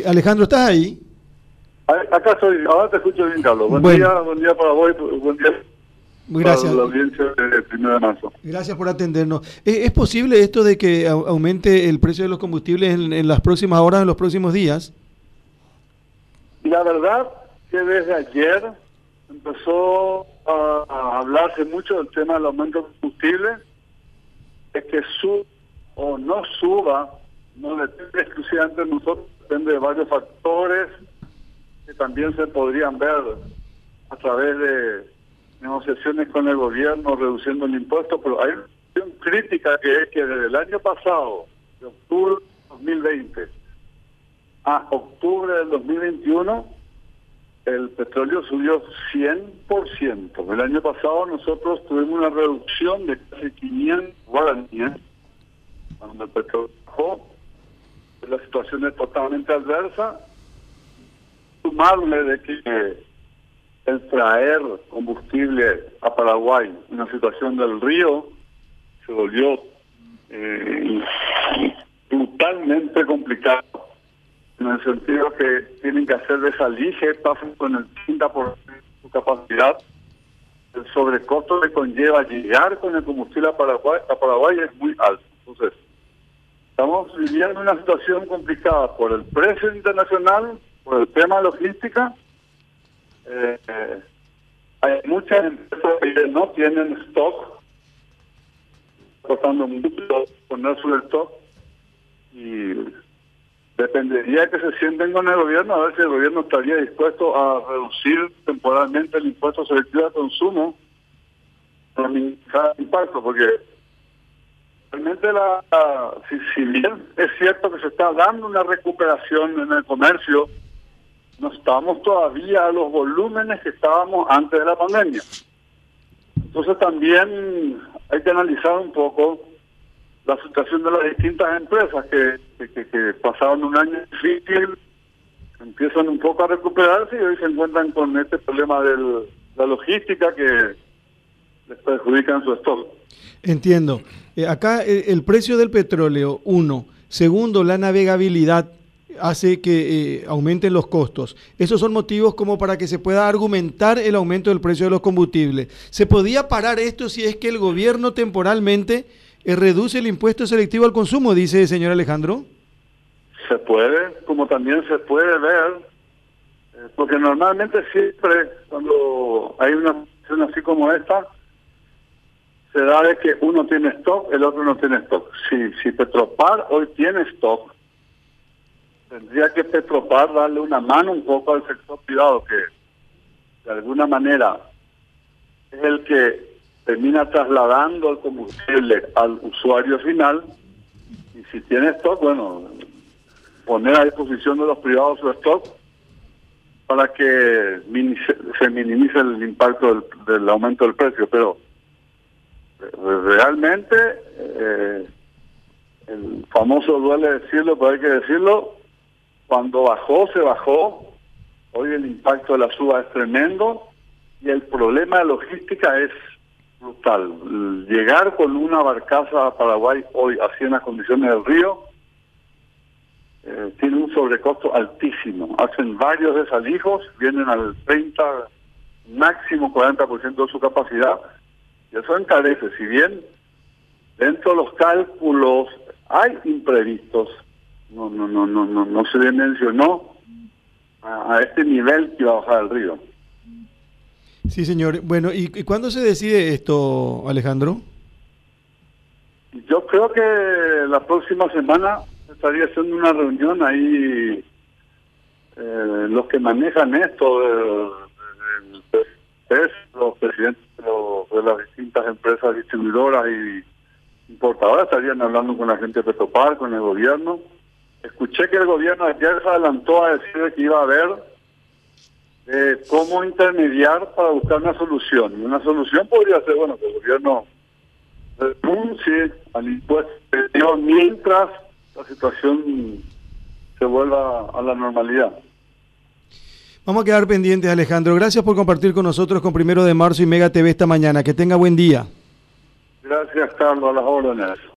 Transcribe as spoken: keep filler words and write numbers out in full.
Alejandro, ¿estás ahí? Acá estoy, ahora te escucho bien, Carlos. Buen Bueno. día, buen día para vos, buen día Muy gracias. para la audiencia del primero de marzo. Gracias por atendernos. ¿Es, es posible esto de que au- aumente el precio de los combustibles en, en las próximas horas, en los próximos días? Y la verdad que desde ayer empezó a, a hablarse mucho del tema del aumento de combustible, es que suba o no suba, no depende exclusivamente de nosotros, depende de varios factores que también se podrían ver a través de negociaciones con el gobierno reduciendo el impuesto, pero hay una cuestión crítica que es que desde el año pasado, de octubre de dos mil veinte a octubre del dos mil veintiuno, el petróleo subió cien por ciento. El año pasado nosotros tuvimos una reducción de casi quinientos guaraníes, cuando el petróleo bajó. La situación es totalmente adversa. Sumarle de que el traer combustible a Paraguay, una situación del río, se volvió eh, brutalmente complicado, en el sentido que tienen que hacer desalije, pasan con el treinta por ciento de su capacidad. El sobrecosto que conlleva llegar con el combustible a Paraguay, a Paraguay es muy alto. Entonces, estamos viviendo una situación complicada por el precio internacional, por el tema de logística. Eh, eh, hay muchas empresas que no tienen stock, costando mucho poner su stock, y dependería que se sienten con el gobierno a ver si el gobierno estaría dispuesto a reducir temporalmente el impuesto selectivo de consumo para minimizar el impacto, porque realmente la, la si, si bien es cierto que se está dando una recuperación en el comercio, no estamos todavía a los volúmenes que estábamos antes de la pandemia. Entonces también hay que analizar un poco la situación de las distintas empresas que, que, que, que pasaron un año difícil, empiezan un poco a recuperarse y hoy se encuentran con este problema de la logística que les perjudica en su stock. Entiendo. Eh, acá eh, el precio del petróleo, uno. Segundo, la navegabilidad hace que eh, aumenten los costos. Esos son motivos como para que se pueda argumentar el aumento del precio de los combustibles. ¿Se podía parar esto si es que el gobierno temporalmente eh, reduce el impuesto selectivo al consumo, dice el señor Alejandro? Se puede, como también se puede ver, eh, porque normalmente siempre cuando hay una situación así como esta, se da de que uno tiene stock, el otro no tiene stock. Si, si Petropar hoy tiene stock, tendría que Petropar darle una mano un poco al sector privado, que de alguna manera es el que termina trasladando el combustible al usuario final, y si tiene stock, bueno, poner a disposición de los privados su stock para que se minimice el impacto del, del aumento del precio. Pero realmente eh, el famoso duele decirlo, pero hay que decirlo, cuando bajó, se bajó. Hoy el impacto de la suba es tremendo y el problema de logística es brutal. Llegar con una barcaza a Paraguay hoy, así en las condiciones del río, eh, tiene un sobrecosto altísimo. Hacen varios desalijos, vienen al treinta, máximo cuarenta por ciento de su capacidad, y eso encarece. Si bien dentro de los cálculos hay imprevistos, no no no no no, no se le mencionó a, a este nivel que iba a bajar el río. Sí, señor. Bueno, ¿y, y cuándo se decide esto, Alejandro? Yo creo que la próxima semana estaría haciendo una reunión ahí, eh, los que manejan esto, de, de, de, de, los presidentes de, los, de las distintas empresas distribuidoras y importadoras, estarían hablando con la gente de Petropar, con el gobierno. Escuché que el gobierno ayer se adelantó a decir que iba a haber eh, cómo intermediar para buscar una solución. Y una solución podría ser, bueno, que el gobierno renuncie al impuesto mientras la situación se vuelva a la normalidad. Vamos a quedar pendientes, Alejandro. Gracias por compartir con nosotros con Primero de Marzo y Mega T V esta mañana. Que tenga buen día. Gracias, Carlos, a las órdenes.